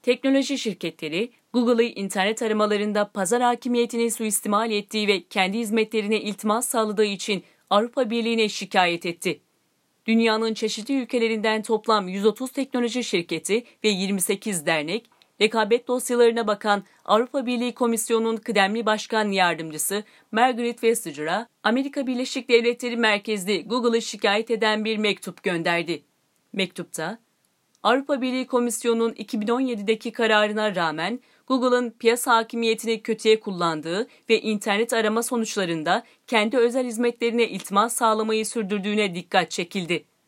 Teknoloji şirketleri, Google'ı internet aramalarında pazar hakimiyetini suistimal ettiği ve kendi hizmetlerine iltimas sağladığı için Avrupa Birliği'ne şikayet etti. Dünyanın çeşitli ülkelerinden toplam 130 teknoloji şirketi ve 28 dernek, rekabet dosyalarına bakan Avrupa Birliği Komisyonu'nun kıdemli başkan yardımcısı Margaret Vestager'a Amerika Birleşik Devletleri merkezli Google'ı şikayet eden bir mektup gönderdi. Mektupta, Avrupa Birliği Komisyonu'nun 2017'deki kararına rağmen Google'ın piyasa hakimiyetini kötüye kullandığı ve internet arama sonuçlarında kendi özel hizmetlerine iltimas sağlamayı sürdürdüğüne dikkat çekildi.